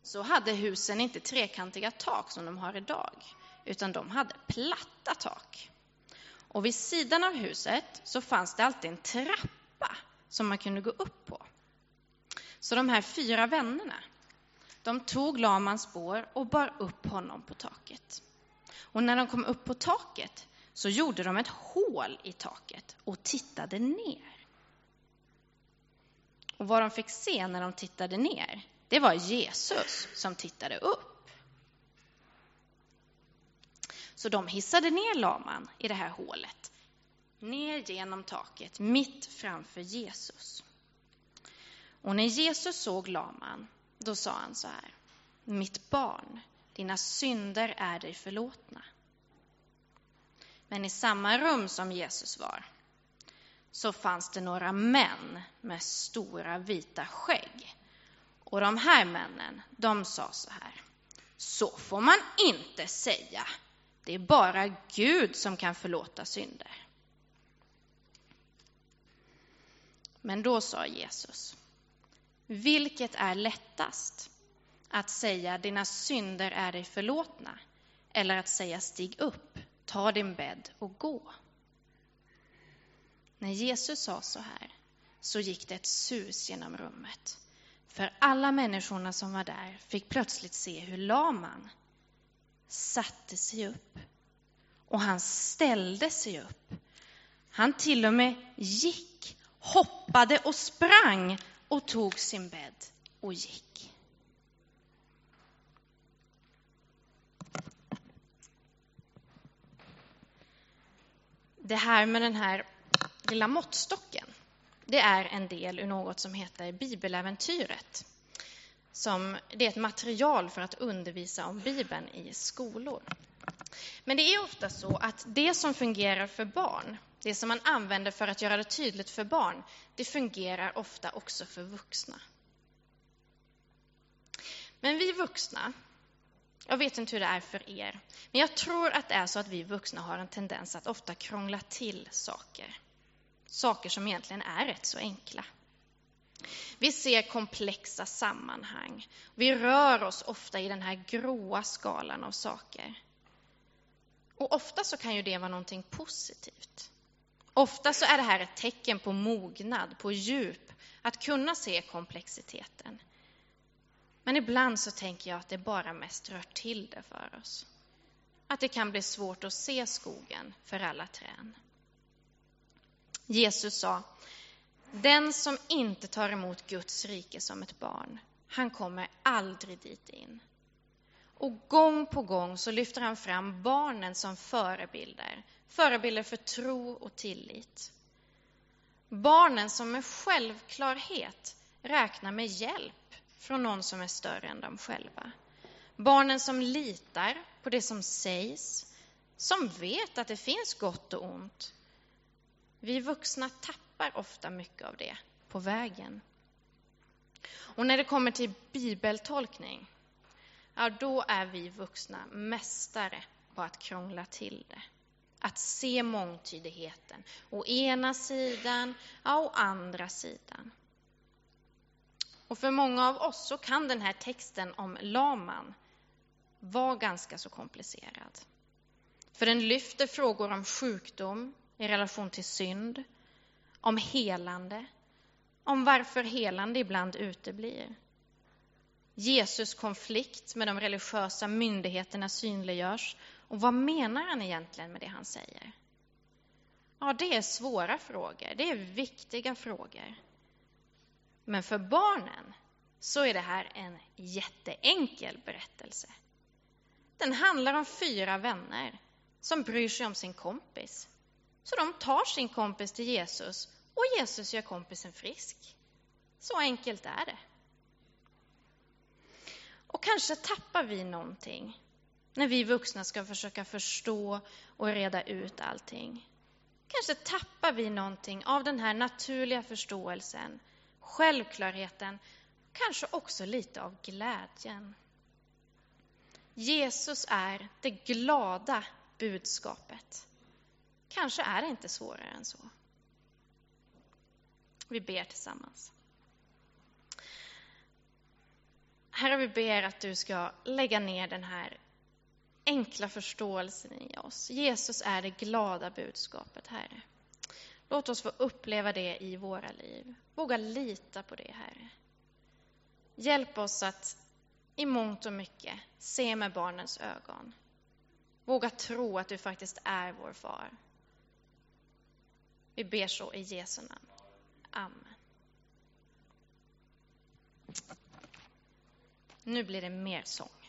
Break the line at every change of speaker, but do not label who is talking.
så hade husen inte trekantiga tak som de har idag, utan de hade platta tak. Och vid sidan av huset så fanns det alltid en trappa som man kunde gå upp på. Så de här 4 vännerna, de tog lamans spår och bar upp honom på taket. Och när de kom upp på taket så gjorde de ett hål i taket och tittade ner. Och vad de fick se när de tittade ner, det var Jesus som tittade upp. Så de hissade ner laman i det här hålet, ner genom taket, mitt framför Jesus. Och när Jesus såg laman, då sa han så här: mitt barn, dina synder är dig förlåtna. Men i samma rum som Jesus var, så fanns det några män med stora vita skägg. Och de här männen, de sa så här: så får man inte säga. Det är bara Gud som kan förlåta synder. Men då sa Jesus: vilket är lättast? Att säga dina synder är dig förlåtna, eller att säga stig upp, ta din bädd och gå? När Jesus sa så här, så gick det ett sus genom rummet. För alla människorna som var där fick plötsligt se hur laman satte sig upp. Och han ställde sig upp. Han till och med gick, hoppade och sprang och tog sin bädd och gick. Det här med den här lilla måttstocken, det är en del ur något som heter Bibeläventyret. Det är ett material för att undervisa om Bibeln i skolor. Men det är ofta så att det som fungerar för barn, det som man använder för att göra det tydligt för barn, det fungerar ofta också för vuxna. Men vi vuxna, jag vet inte hur det är för er, men jag tror att det är så att vi vuxna har en tendens att ofta krångla till saker. Saker som egentligen är rätt så enkla. Vi ser komplexa sammanhang. Vi rör oss ofta i den här gråa skalan av saker. Och ofta så kan ju det vara någonting positivt. Ofta så är det här ett tecken på mognad, på djup, att kunna se komplexiteten. Men ibland så tänker jag att det bara mest rör till det för oss. Att det kan bli svårt att se skogen för alla träd. Jesus sa: den som inte tar emot Guds rike som ett barn, han kommer aldrig dit in. Och gång på gång så lyfter han fram barnen som förebilder. Förebilder för tro och tillit. Barnen som med självklarhet räknar med hjälp från någon som är större än dem själva. Barnen som litar på det som sägs, som vet att det finns gott och ont. Vi vuxna tappar ofta mycket av det på vägen. Och när det kommer till bibeltolkning, ja, då är vi vuxna mästare på att krångla till det. Att se mångtydigheten. Å ena sidan, ja, å andra sidan. Och för många av oss så kan den här texten om laman vara ganska så komplicerad. För den lyfter frågor om sjukdom i relation till synd, om helande, om varför helande ibland uteblir. Jesus konflikt med de religiösa myndigheterna synliggörs. Och vad menar han egentligen med det han säger? Ja, det är svåra frågor. Det är viktiga frågor. Men för barnen så är det här en jätteenkel berättelse. Den handlar om 4 vänner som bryr sig om sin kompis. Så de tar sin kompis till Jesus och Jesus gör kompisen frisk. Så enkelt är det. Och kanske tappar vi någonting när vi vuxna ska försöka förstå och reda ut allting. Kanske tappar vi någonting av den här naturliga förståelsen, självklarheten, kanske också lite av glädjen. Jesus är det glada budskapet. Kanske är det inte svårare än så. Vi ber tillsammans. Herre, vi ber att du ska lägga ner den här enkla förståelsen i oss. Jesus är det glada budskapet, Herre. Låt oss få uppleva det i våra liv. Våga lita på det, Herre. Hjälp oss att i mångt och mycket se med barnens ögon. Våga tro att du faktiskt är vår far. Vi ber så i Jesu namn. Amen. Nu blir det mer sång.